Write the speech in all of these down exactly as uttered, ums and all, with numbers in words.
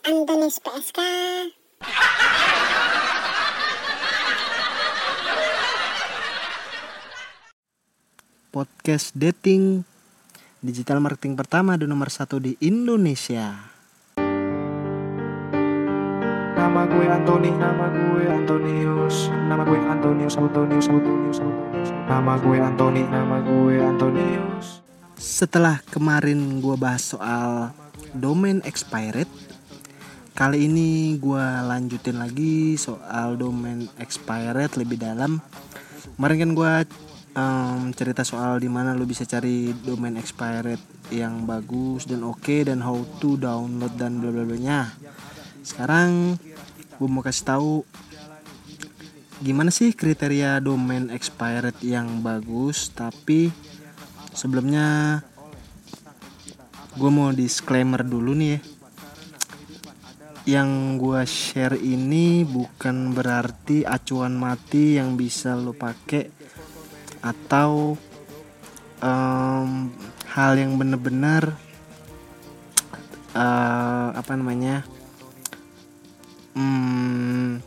Antonis P S K. Podcast dating digital marketing pertama dan nomor satu di Indonesia. Nama gue Antoni, nama gue Antonius, nama gue Antonius, Antonius, Antonius, Antonius. Nama gue Antoni, nama gue Antonius. Setelah kemarin gue bahas soal domain expired, kali ini gue lanjutin lagi soal domain expired lebih dalam. Kemarin kan gue um, cerita soal dimana lo bisa cari domain expired yang bagus dan oke okay, dan how to download dan bla bla bla nya. Sekarang gue mau kasih tahu gimana sih kriteria domain expired yang bagus. Tapi sebelumnya gue mau disclaimer dulu nih ya. Yang gue share ini bukan berarti acuan mati yang bisa lo pakai atau um, hal yang benar-benar uh, apa namanya hmm,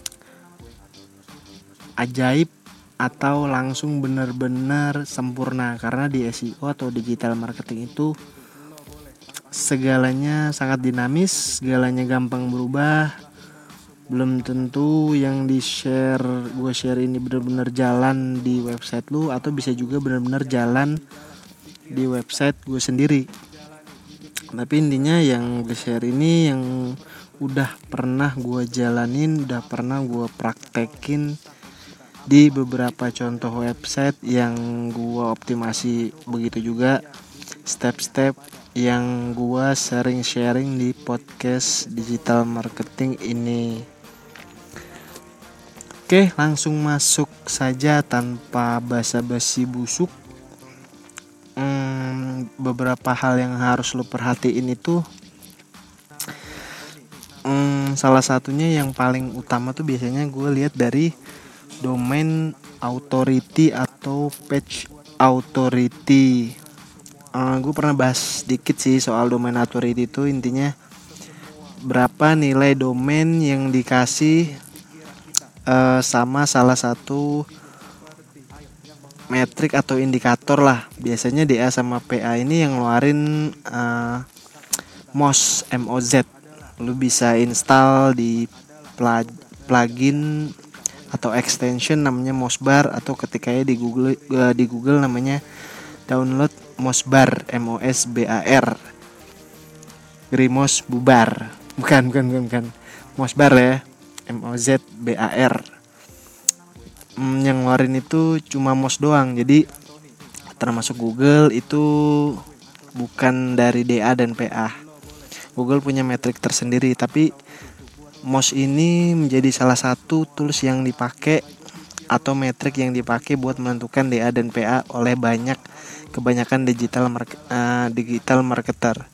ajaib atau langsung benar-benar sempurna, karena di S E O atau digital marketing itu segalanya sangat dinamis, segalanya gampang berubah. Belum tentu yang di share gue share ini benar-benar jalan di website lu, atau bisa juga benar-benar jalan di website gue sendiri. Tapi intinya yang gue share ini yang udah pernah gue jalanin, udah pernah gue praktekin di beberapa contoh website yang gue optimasi. Begitu juga step-step yang gue sering sharing di podcast digital marketing ini. Oke, langsung masuk saja tanpa basa-basi busuk. Hmm, beberapa hal yang harus lo perhatiin itu, hmm, salah satunya yang paling utama tuh biasanya gue lihat dari domain authority atau page authority. Uh, gue pernah bahas sedikit sih soal domain authority itu. Intinya berapa nilai domain yang dikasih uh, sama salah satu metrik atau indikator lah. Biasanya D A sama P A ini yang ngeluarin uh, M O Z, M O Z. Lu bisa install di plag- plugin atau extension namanya Mosbar, atau ketikanya di Google uh, di Google namanya download Mosbar, M O S B A R. Grimos bubar. Bukan, bukan, bukan, bukan. Mosbar ya. M O Z B A R. Hmm, yang ngeluarin itu cuma Mos doang. Jadi termasuk Google itu bukan dari D A dan P A. Google punya metrik tersendiri, tapi Mos ini menjadi salah satu tools yang dipakai atau metrik yang dipakai buat menentukan D A dan P A oleh banyak kebanyakan digital market, uh, digital marketer.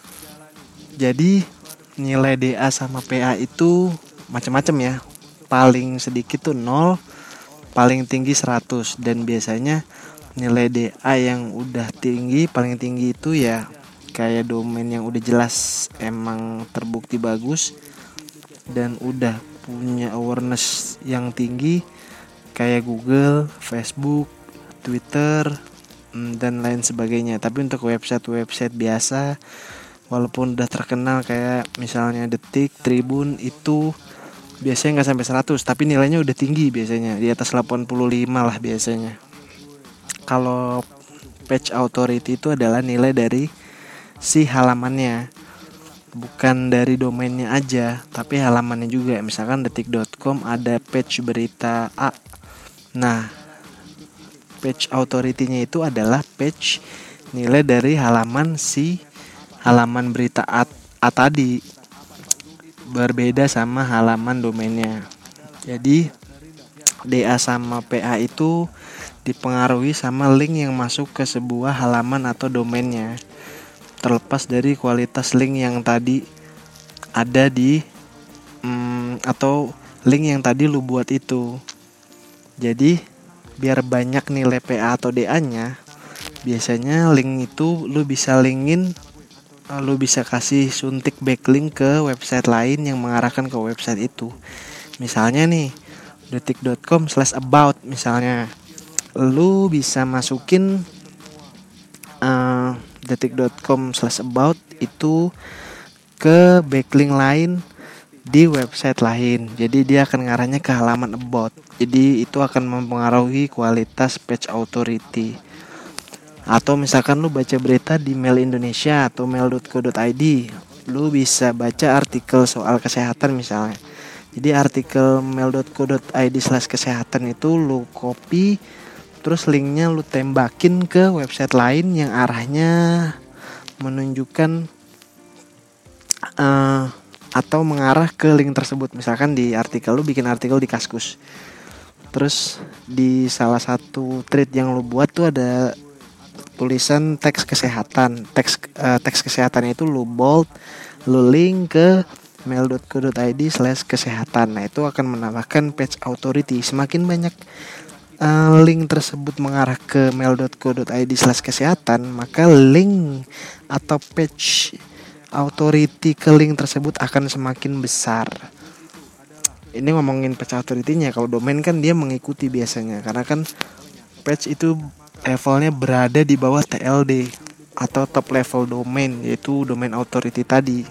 Jadi nilai D A sama P A itu macam-macam ya. Paling sedikit tuh nol, paling tinggi seratus, dan biasanya nilai D A yang udah tinggi, paling tinggi itu ya kayak domain yang udah jelas emang terbukti bagus dan udah punya awareness yang tinggi kayak Google, Facebook, Twitter, dan lain sebagainya. Tapi untuk website-website biasa, walaupun udah terkenal kayak misalnya Detik, Tribun, itu biasanya nggak sampai seratus, tapi nilainya udah tinggi, biasanya di atas delapan puluh lima lah biasanya. Kalau page authority itu adalah nilai dari si halamannya, bukan dari domainnya aja, tapi halamannya juga. Misalkan detik dot com ada page berita A. Nah, page authority-nya itu adalah page nilai dari halaman si halaman berita A, A tadi, berbeda sama halaman domainnya. Jadi D A sama P A itu dipengaruhi sama link yang masuk ke sebuah halaman atau domainnya, terlepas dari kualitas link yang tadi ada di hmm, atau link yang tadi lu buat itu. Jadi biar banyak nilai P A atau D A-nya, biasanya link itu lu bisa linkin uh, lu bisa kasih suntik backlink ke website lain yang mengarahkan ke website itu. Misalnya nih detik dot com slash about misalnya, lu bisa masukin uh, detik dot com slash about itu ke backlink lain di website lain. Jadi dia akan ngarahnya ke halaman about. Jadi itu akan mempengaruhi kualitas page authority. Atau misalkan lu baca berita di Mail Indonesia atau mail dot co dot id, lu bisa baca artikel soal kesehatan misalnya. Jadi artikel mail dot co dot id slash kesehatan itu lu copy, terus linknya lu tembakin ke website lain yang arahnya menunjukkan uh, atau mengarah ke link tersebut. Misalkan di artikel lu bikin artikel di Kaskus, terus di salah satu thread yang lu buat tuh ada tulisan teks kesehatan. Teks uh, teks kesehatannya itu lu bold, lu link ke mail dot co dot id slash kesehatan. Nah itu akan menambahkan page authority. Semakin banyak uh, link tersebut mengarah ke mail dot co dot id slash kesehatan, maka link atau page authority ke link tersebut akan semakin besar. Ini ngomongin page authority-nya. Kalau domain kan dia mengikuti biasanya, karena kan page itu levelnya berada di bawah T L D atau top level domain, yaitu domain authority tadi.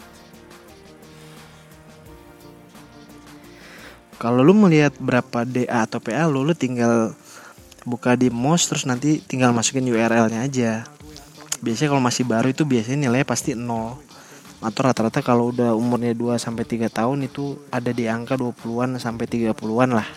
Kalau lu melihat berapa D A atau P A lu, lu tinggal buka di mouse terus nanti tinggal masukin U R L-nya aja. Biasanya kalau masih baru itu biasanya nilainya pasti nol. Atau rata-rata kalau udah umurnya dua sampai tiga tahun itu ada di angka dua puluhan sampai tiga puluhan lah.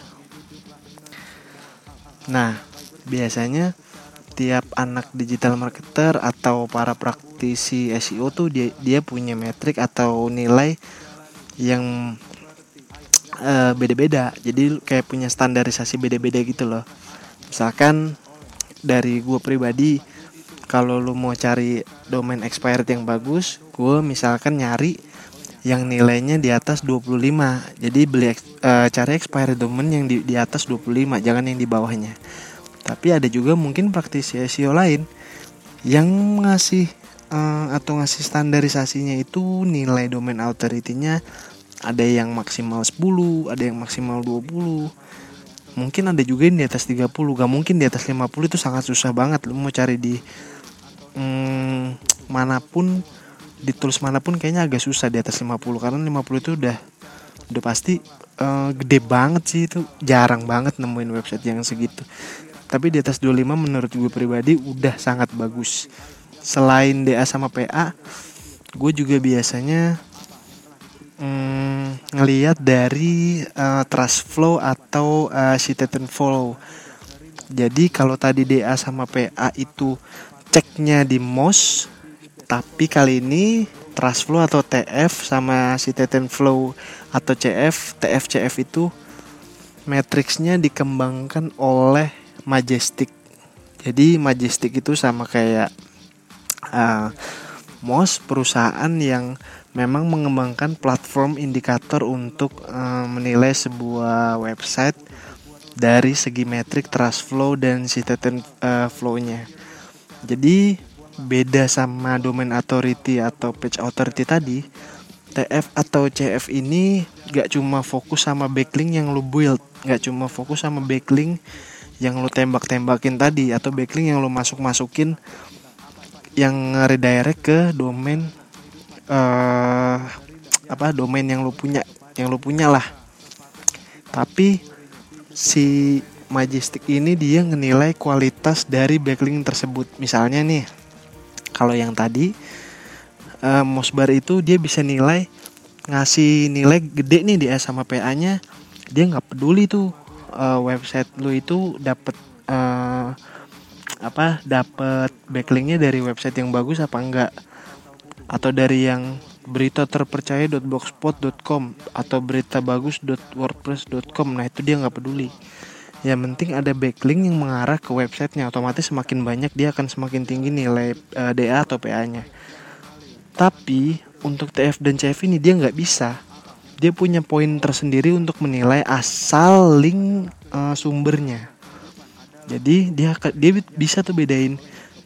Nah, biasanya tiap anak digital marketer atau para praktisi S E O tuh dia dia punya metrik atau nilai yang uh, beda-beda. Jadi kayak punya standarisasi beda-beda gitu loh. Misalkan dari gue pribadi, kalau lu mau cari domain expired yang bagus, gue misalkan nyari yang nilainya di atas dua puluh lima. Jadi beli uh, cari expired domain yang di, di atas dua puluh lima, jangan yang di bawahnya. Tapi ada juga mungkin praktisi S E O lain yang ngasih uh, atau ngasih standarisasinya itu nilai domain authority-nya ada yang maksimal sepuluh, ada yang maksimal dua puluh. Mungkin ada juga yang di atas tiga puluh, gak mungkin di atas lima puluh. Itu sangat susah banget. Lu mau cari di hmm, manapun, di tools manapun kayaknya agak susah di atas lima puluh, karena lima puluh itu udah udah pasti uh, gede banget sih. Itu jarang banget nemuin website yang segitu. Tapi di atas dua puluh lima menurut gue pribadi udah sangat bagus. Selain D A sama P A, gue juga biasanya mm, ngelihat dari uh, trust flow atau uh, citation flow. Jadi kalau tadi D A sama P A itu ceknya di mouse, tapi kali ini trust flow atau T F sama citation flow atau C F, T F C F itu matriksnya dikembangkan oleh Majestic. Jadi Majestic itu sama kayak uh, Moz, perusahaan yang memang mengembangkan platform indikator untuk uh, menilai sebuah website dari segi metrik trust flow dan citation uh, flow-nya. Jadi beda sama domain authority atau page authority tadi, T F atau C F ini gak cuma fokus sama backlink yang lu build, gak cuma fokus sama backlink yang lu tembak-tembakin tadi, atau backlink yang lu masuk-masukin yang redirect ke domain uh, apa domain yang lu punya, yang lu punya lah. Tapi si Majestic ini dia ngenilai kualitas dari backlink tersebut. Misalnya nih, kalau yang tadi uh, Mosbar itu dia bisa nilai, ngasih nilai gede nih di S sama P A-nya, dia nggak peduli tuh uh, website lu itu dapat uh, apa dapat backlinknya dari website yang bagus apa enggak, atau dari yang berita terpercaya dot blogspot dot com atau berita bagus dot wordpress dot com. Nah itu dia nggak peduli. Yang penting ada backlink yang mengarah ke websitenya. Otomatis semakin banyak dia akan semakin tinggi nilai uh, D A atau P A-nya. Tapi untuk T F dan C F ini dia nggak bisa. Dia punya poin tersendiri untuk menilai asal link uh, sumbernya. Jadi dia dia bisa tuh bedain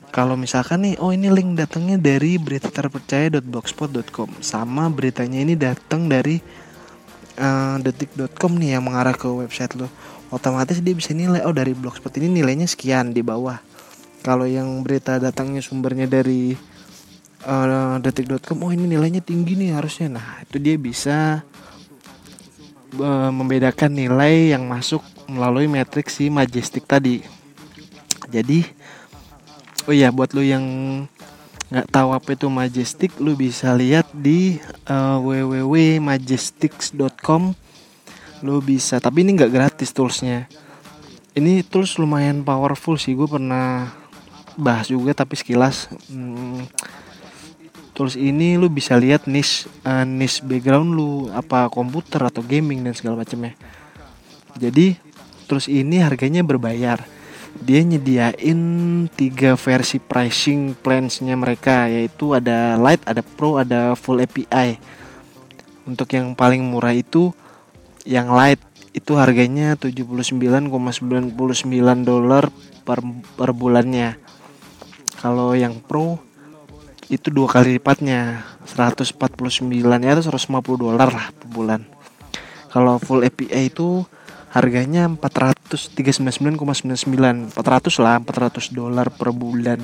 kalau misalkan nih, oh ini link datangnya dari berita terpercaya dot blogspot dot com, sama beritanya ini datang dari uh, detik dot com nih yang mengarah ke website lo, otomatis dia bisa nilai, oh dari blogspot ini nilainya sekian di bawah. Kalau yang berita datangnya sumbernya dari uh, detik dot com, oh ini nilainya tinggi nih harusnya. Nah itu dia bisa uh, membedakan nilai yang masuk melalui matriks si Majestic tadi. Jadi oh iya, buat lu yang nggak tahu apa itu Majestic, lu bisa lihat di uh, w w w dot majestics dot com. Lu bisa, tapi ini nggak gratis toolsnya. Ini tools lumayan powerful sih, gue pernah bahas juga tapi sekilas. Hmm, tools ini lu bisa lihat niche uh, niche background lu, apa komputer atau gaming dan segala macamnya. Jadi tools ini harganya berbayar. Dia nyediain tiga versi pricing plans-nya mereka, yaitu ada Lite, ada Pro, ada Full A P I. Untuk yang paling murah itu yang Lite, itu harganya tujuh puluh sembilan koma sembilan sembilan dolar per, per bulannya. Kalau yang Pro itu dua kali lipatnya, seratus empat puluh sembilan, ya seratus lima puluh dolar lah per bulan. Kalau Full A P I itu harganya empat ratus tiga ratus sembilan puluh sembilan koma sembilan sembilan, empat ratus lah, empat ratus dolar per bulan.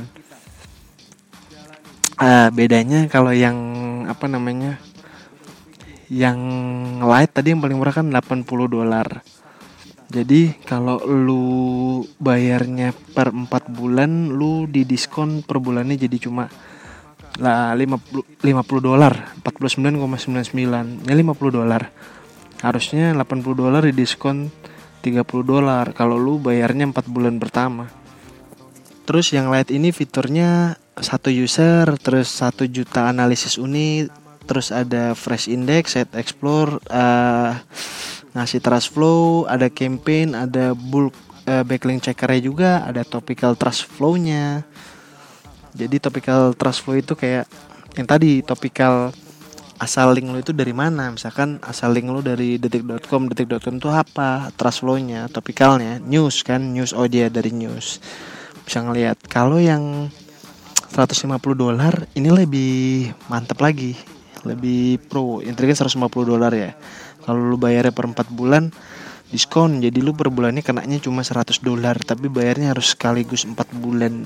Uh, bedanya kalau yang apa namanya, yang Lite tadi yang paling murah kan delapan puluh dolar. Jadi kalau lu bayarnya per empat bulan, lu di diskon per bulannya jadi cuma lah lima puluh dolar, empat puluh sembilan koma sembilan sembilan, ya lima puluh dolar. Harusnya delapan puluh dolar di diskon tiga puluh dolar kalau lu bayarnya empat bulan pertama. Terus yang Lite ini fiturnya satu user, terus satu juta analisis unit, terus ada fresh index, set explore, uh, ngasih trust flow, ada campaign, ada bulk uh, backlink checkernya juga, ada topical trust flow-nya. Jadi topical trust flow itu kayak yang tadi, topical asal link lo itu dari mana. Misalkan asal link lo dari detik dot com, detik dot com itu apa, trust flow-nya, topicalnya, news kan, news, oh dia dari news. Bisa ngelihat. Kalau yang seratus lima puluh dolar ini lebih mantap lagi, lebih pro. Yang tadi kan seratus lima puluh dolar ya. Kalau lu bayarnya per empat bulan diskon, jadi lu per bulannya kenanya cuma seratus dolar, tapi bayarnya harus sekaligus empat bulan.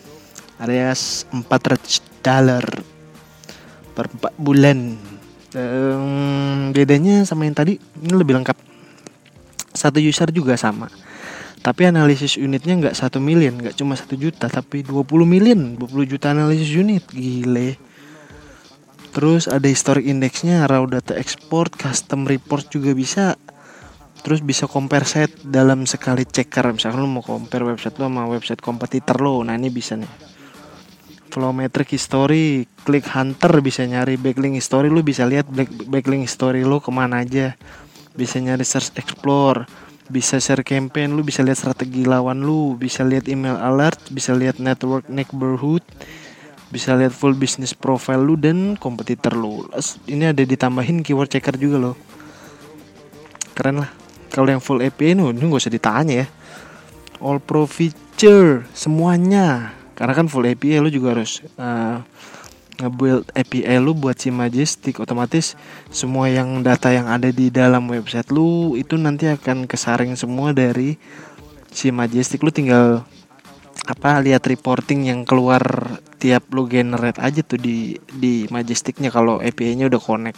Alias empat ratus dolar per empat bulan. Um, bedanya sama yang tadi, ini lebih lengkap. Satu user juga sama, tapi analisis unitnya nggak satu million, nggak cuma satu juta, tapi dua puluh million, dua puluh juta analisis unit, gile. Terus ada historic indexnya, raw data export, custom report juga bisa. Terus bisa compare set dalam sekali checker. Misalkan lu mau compare website lu sama website kompetitor lo, nah ini bisa nih. Flowmetric history, click hunter bisa nyari backlink history, lu bisa lihat backlink history lu kemana aja. Bisa nyari search explore, bisa share campaign, lu bisa lihat strategi lawan lu, bisa lihat email alert, bisa lihat network neighborhood, bisa lihat full business profile lu dan kompetitor lu. Ini ada ditambahin keyword checker juga loh. Keren lah. Kalau yang full A P I ini gak usah ditanya ya. All pro feature semuanya. Karena kan full A P I lu juga harus uh, nge-build A P I lu buat si Majestic. Otomatis semua yang data yang ada di dalam website lu itu nanti akan kesaring semua dari si Majestic. Lu tinggal apa lihat reporting yang keluar tiap lu generate aja tuh di di Majesticnya kalau A P I-nya udah connect.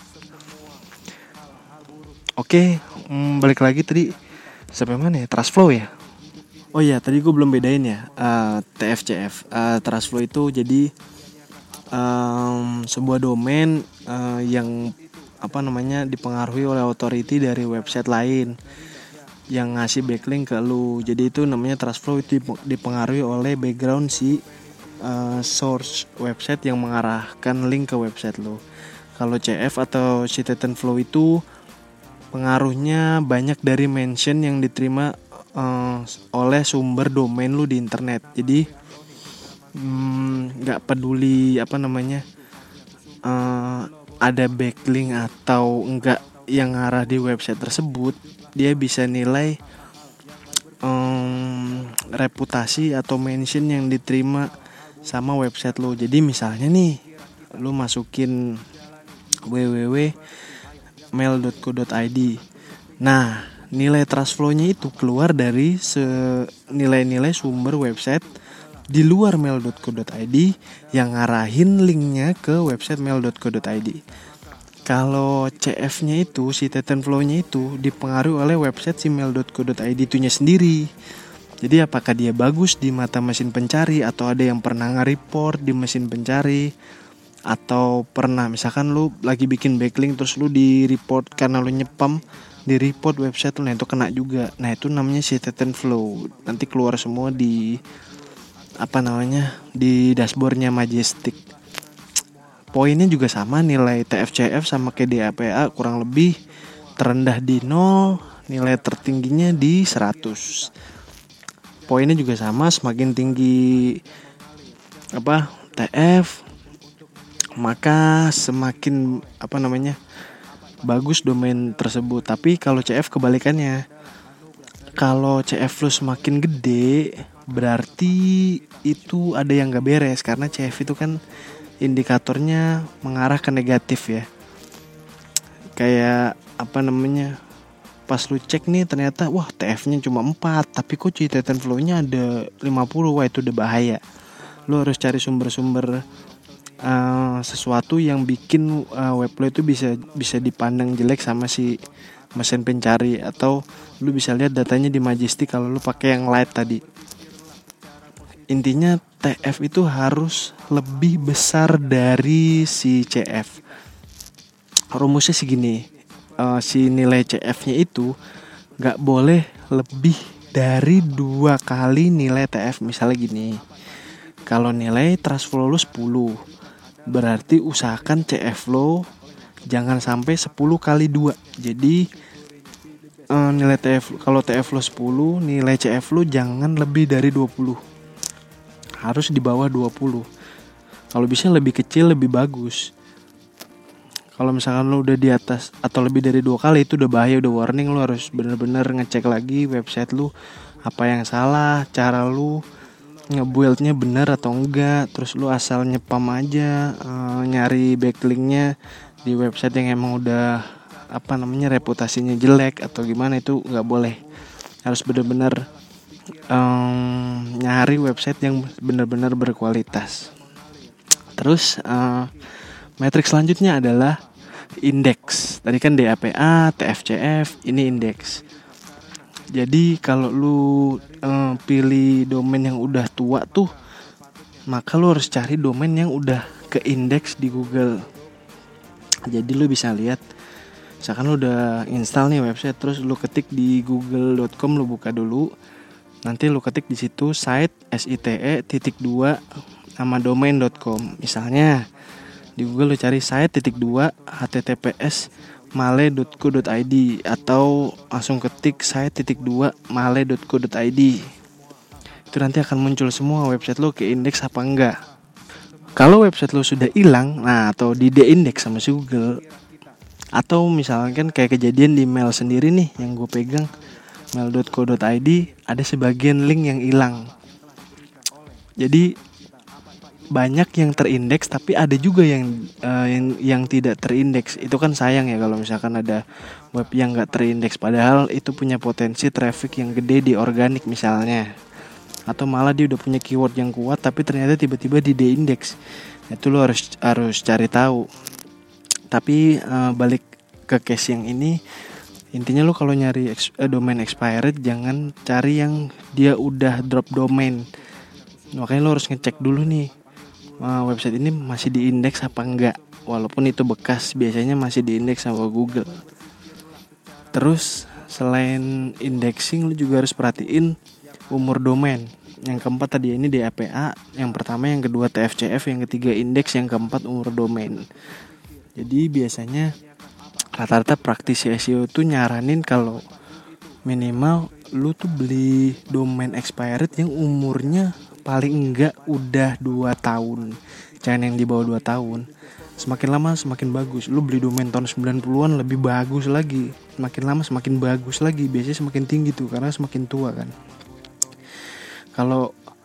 Oke, hmm, balik lagi tadi sampai mana ya? Trust flow ya. Oh iya, tadi gue belum bedain ya uh, T F C F. Uh, trust flow itu jadi um, sebuah domain uh, yang apa namanya dipengaruhi oleh authority dari website lain yang ngasih backlink ke lu. Jadi itu namanya trust flow, itu dipengaruhi oleh background si uh, source website yang mengarahkan link ke website lu. Kalau C F atau citation flow itu pengaruhnya banyak dari mention yang diterima uh, oleh sumber domain lu di internet. Jadi nggak hmm, peduli apa namanya uh, ada backlink atau enggak yang ngarah di website tersebut, dia bisa nilai um, reputasi atau mention yang diterima sama website lu. Jadi misalnya nih lu masukin w w w titik mail titik co titik i d. Nah, nilai trust flow-nya itu keluar dari nilai-nilai sumber website di luar mail titik co titik i d yang ngarahin linknya ke website mail titik co titik i d. Kalau C F-nya itu, si Titan Flow-nya itu dipengaruhi oleh website si mail titik co titik i d itunya sendiri. Jadi apakah dia bagus di mata mesin pencari, atau ada yang pernah nge-report di mesin pencari, atau pernah misalkan lu lagi bikin backlink terus lu di report karena lu nyepam, di report website lu, nah itu kena juga. Nah itu namanya si Titan Flow. Nanti keluar semua di apa namanya di dashboardnya Majestic. Poinnya juga sama, nilai T F C F sama kayak D A P A kurang lebih, terendah di nol, nilai tertingginya di seratus. Poinnya juga sama, semakin tinggi apa T F maka semakin apa namanya bagus domain tersebut. Tapi kalau C F kebalikannya. Kalau C F lu semakin gede berarti itu ada yang gak beres, karena C F itu kan indikatornya mengarah ke negatif ya. Kayak apa namanya, pas lu cek nih ternyata wah T F-nya cuma empat, tapi kok Titan Flow-nya ada lima puluh, wah itu udah bahaya. Lu harus cari sumber-sumber uh, sesuatu yang bikin uh, web lo itu bisa bisa dipandang jelek sama si mesin pencari, atau lu bisa lihat datanya di Majestic kalau lu pakai yang light tadi. Intinya T F itu harus lebih besar dari si C F. Rumusnya segini, uh, si nilai C F-nya itu gak boleh lebih dari dua kali nilai T F. Misalnya gini, kalau nilai trust flow lu sepuluh, berarti usahakan C F lo jangan sampai sepuluh kali dua. Jadi uh, nilai T F, kalau T F lo sepuluh, nilai C F lo jangan lebih dari dua puluh. Harus di bawah dua puluh. Kalau bisa lebih kecil lebih bagus. Kalau misalkan lo udah di atas atau lebih dari dua kali, itu udah bahaya, udah warning. Lo harus benar-benar ngecek lagi website lo apa yang salah, cara lo nge-build-nya benar atau enggak. Terus lo asal nyepam aja, uh, nyari backlinknya di website yang emang udah apa namanya reputasinya jelek atau gimana, itu nggak boleh. Harus benar-benar um, nyari website yang benar-benar berkualitas. Terus uh, metrik selanjutnya adalah indeks. Tadi kan D A P A, T F C F, ini indeks. Jadi kalau lu uh, pilih domain yang udah tua tuh, maka lu harus cari domain yang udah ke indeks di Google. Jadi lu bisa lihat, misalkan lu udah install nih website, terus lu ketik di google dot com, lu buka dulu. Nanti lu ketik di situ site site titik dua nama domain dot com. Misalnya di Google lu cari site titik dua https male dot co dot id, atau langsung ketik site titik dua male dot co dot id. Itu nanti akan muncul semua website lu ke indeks apa enggak. Kalau website lu sudah hilang, nah atau di de-indeks sama si Google, atau misalkan kayak kejadian di mail sendiri nih yang gue pegang, mail dot co dot id, ada sebagian link yang hilang. Jadi banyak yang terindeks, tapi ada juga yang uh, yang yang tidak terindeks. Itu kan sayang ya kalau misalkan ada web yang nggak terindeks, padahal itu punya potensi traffic yang gede di organik misalnya, atau malah dia udah punya keyword yang kuat tapi ternyata tiba-tiba di de-indeks. Itu lo harus harus cari tahu. Tapi uh, balik ke case yang ini, intinya lo kalau nyari ex, uh, domain expired, jangan cari yang dia udah drop domain. Makanya lo harus ngecek dulu nih, Uh, website ini masih diindeks apa enggak. Walaupun itu bekas, biasanya masih diindeks sama Google. Terus selain indexing, lu juga harus perhatiin umur domain. Yang keempat tadi ini D A P A, yang pertama, yang kedua T F C F, yang ketiga indeks, yang keempat umur domain. Jadi biasanya rata-rata praktisi S E O tuh nyaranin kalau minimal lu tuh beli domain expired yang umurnya paling enggak udah dua tahun. Jangan yang di bawah dua tahun. Semakin lama semakin bagus. Lu beli domain tahun sembilan puluhan lebih bagus lagi. Semakin lama semakin bagus lagi. Biasanya semakin tinggi tuh, karena semakin tua kan. Kalau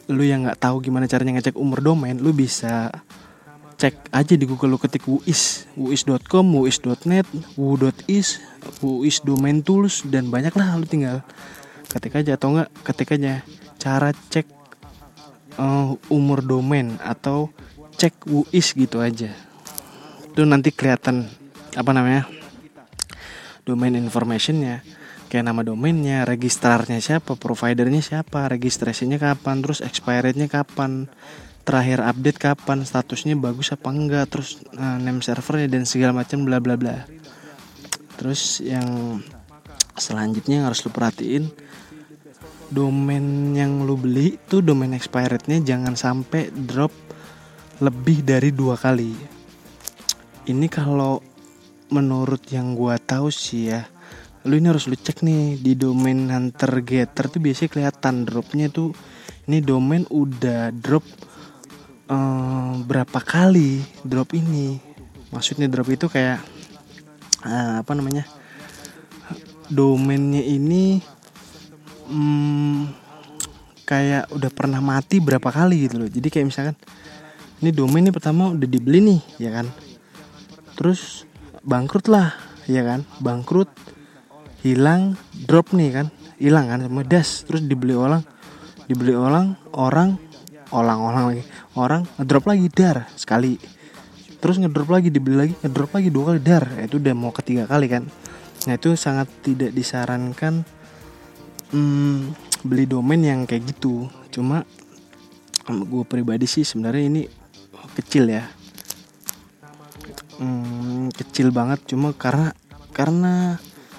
lu yang nggak tahu gimana caranya ngecek umur domain, lu bisa cek aja di Google, lu ketik wuis, wuis dot com, wuis dot net, wu dot is, wuis domain tools, dan banyak lah, lu tinggal ketik aja atau enggak ketik aja cara cek uh, umur domain atau cek wuis gitu aja. Itu nanti kelihatan apa namanya? Domain informationnya, kayak nama domainnya, registrarnya siapa, providernya siapa, registrasinya kapan, terus expirednya kapan, terakhir update kapan, statusnya bagus apa enggak, terus uh, name servernya dan segala macam bla bla bla. Terus yang selanjutnya yang harus lu perhatiin, domain yang lu beli tuh domain expirednya jangan sampai drop lebih dari dua kali. Ini kalau menurut yang gua tahu sih ya, lu ini harus lu cek nih di domain hunter getter tuh biasanya kelihatan dropnya tuh, ini domain udah drop Uh, berapa kali drop ini. Maksudnya drop itu kayak uh, apa namanya, domainnya ini um, kayak udah pernah mati berapa kali gitu loh. Jadi kayak misalkan ini domain ini pertama udah dibeli nih ya kan, terus bangkrut lah ya kan, bangkrut, hilang, drop nih kan, hilang kan semua das, terus dibeli orang dibeli orang orang Orang-orang lagi, orang ngedrop lagi dar sekali, terus ngedrop lagi, dibeli lagi, ngedrop lagi dua kali dar, itu udah mau ketiga kali kan. Nah itu sangat tidak disarankan hmm, beli domain yang kayak gitu. Cuma gue pribadi sih sebenarnya ini kecil ya, hmm, kecil banget. Cuma karena karena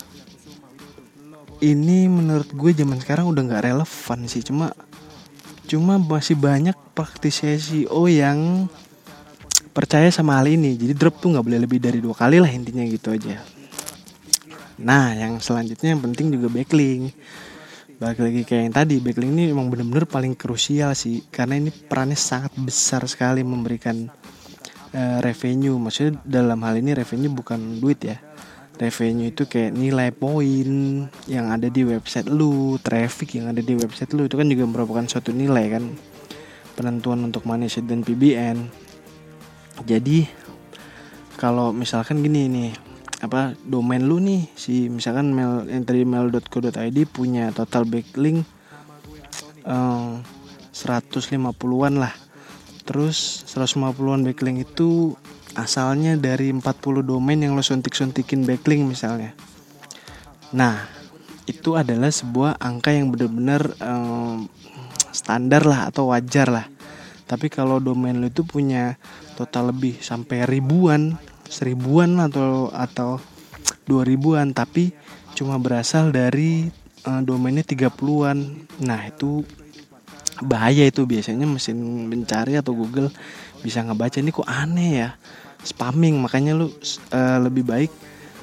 ini menurut gue zaman sekarang udah nggak relevan sih. Cuma Cuma masih banyak praktisi S E O yang percaya sama hal ini. Jadi drop tuh gak boleh lebih dari dua kali lah, intinya gitu aja. Nah yang selanjutnya yang penting juga backlink. Balik lagi kayak yang tadi, backlink ini emang bener-bener paling krusial sih, karena ini perannya sangat besar sekali memberikan uh, revenue. Maksudnya dalam hal ini revenue bukan duit ya, revenue itu kayak nilai poin yang ada di website lu, traffic yang ada di website lu, itu kan juga merupakan suatu nilai kan, penentuan untuk monetize dan P B N. Jadi kalau misalkan gini nih, apa domain lu nih si misalkan mail yang tadi mail dot co dot id punya total backlink um, seratus lima puluhan lah, terus seratus lima puluhan backlink itu asalnya dari empat puluh domain yang lo suntik-suntikin backlink misalnya. Nah itu adalah sebuah angka yang benar-benar um, standar lah atau wajar lah. Tapi kalau domain lo itu punya total lebih sampai ribuan, seribuan atau atau dua ribuan, tapi cuma berasal dari uh, domainnya tiga puluhan. Nah itu bahaya, itu biasanya mesin pencari atau Google bisa ngebaca ini kok aneh ya, spamming. Makanya lu uh, lebih baik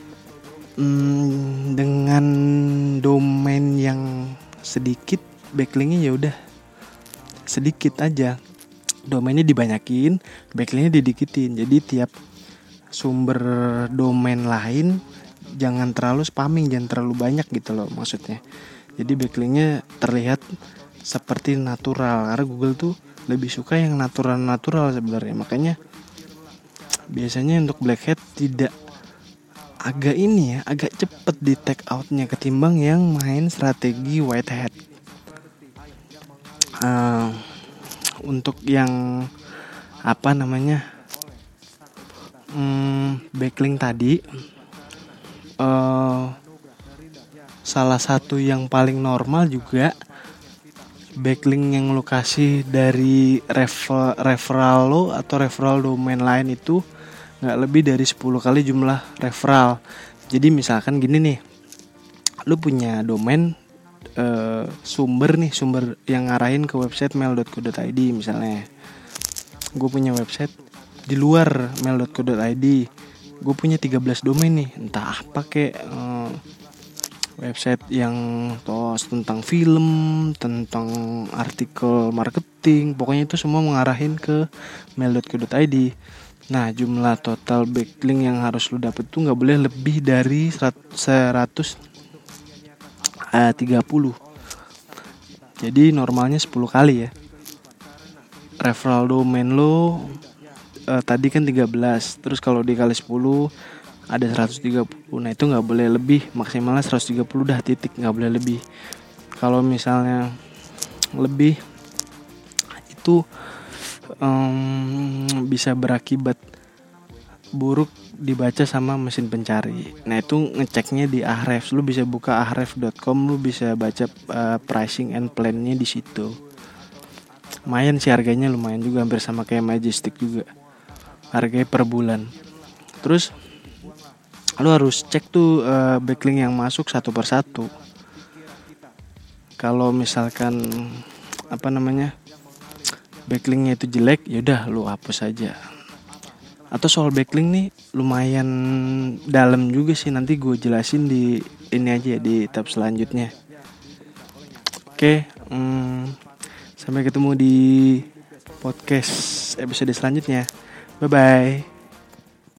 mm, dengan domain yang sedikit backlinknya ya udah sedikit aja, domainnya dibanyakin, backlinknya didikitin. Jadi tiap sumber domain lain jangan terlalu spamming, jangan terlalu banyak gitu loh maksudnya. Jadi backlinknya terlihat seperti natural, karena Google tuh lebih suka yang natural-natural sebenarnya. Makanya biasanya untuk black hat tidak agak ini ya, agak cepet di take outnya ketimbang yang main strategi white hat. Uh, untuk yang apa namanya um, backlink tadi, uh, salah satu yang paling normal juga backlink yang lo kasih dari refer, referral lo atau referral domain lain itu gak lebih dari sepuluh kali jumlah referral. Jadi misalkan gini nih, lo punya domain uh, sumber nih, sumber yang ngarahin ke website mail dot co dot id misalnya. Gue punya website di luar mail dot co dot id, gue punya tiga belas domain nih, entah apa kayak uh, website yang tos tentang film, tentang artikel marketing, pokoknya itu semua mengarahin ke mail dot co dot id. Nah jumlah total backlink yang harus lu dapet tuh nggak boleh lebih dari seratus tiga puluh. Jadi normalnya sepuluh kali ya. referral domain lo uh, tadi kan tiga belas, terus kalau dikali sepuluh ada seratus tiga puluh. Nah itu nggak boleh lebih, maksimalnya seratus tiga puluh dah, titik, nggak boleh lebih. Kalau misalnya lebih itu um, bisa berakibat buruk dibaca sama mesin pencari. Nah itu ngeceknya di Ahrefs, lu bisa buka ahrefs dot com, lu bisa baca uh, pricing and plan-nya di situ. Lumayan sih harganya, lumayan juga, hampir sama kayak Majestic juga. Harganya per bulan. Terus lu harus cek tuh uh, backlink yang masuk satu per satu. Kalau misalkan apa namanya backlinknya itu jelek, yaudah lu hapus aja. Atau soal backlink nih lumayan dalam juga sih, nanti gue jelasin di ini aja di tab selanjutnya. Oke, hmm, sampai ketemu di podcast episode selanjutnya. Bye bye.